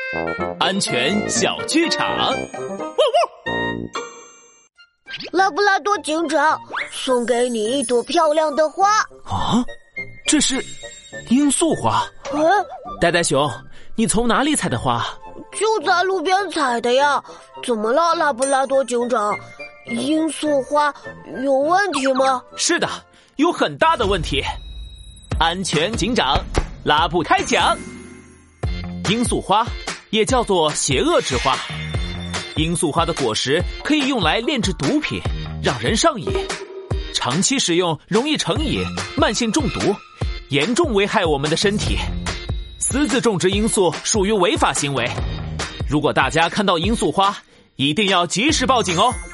安全小剧场。 拉布拉多警长，送给你一朵漂亮的花。 啊，这是罂粟花。呆呆熊，你从哪里采的花？ 就在路边采的呀。怎么了，拉布拉多警长？罂粟花有问题吗？ 是的，有很大的问题。安全警长拉布开讲。罂粟花也叫做邪恶之花，罂粟花的果实可以用来炼制毒品，让人上瘾。长期食用容易成瘾，慢性中毒，严重危害我们的身体。私自种植罂粟属于违法行为。如果大家看到罂粟花，一定要及时报警哦。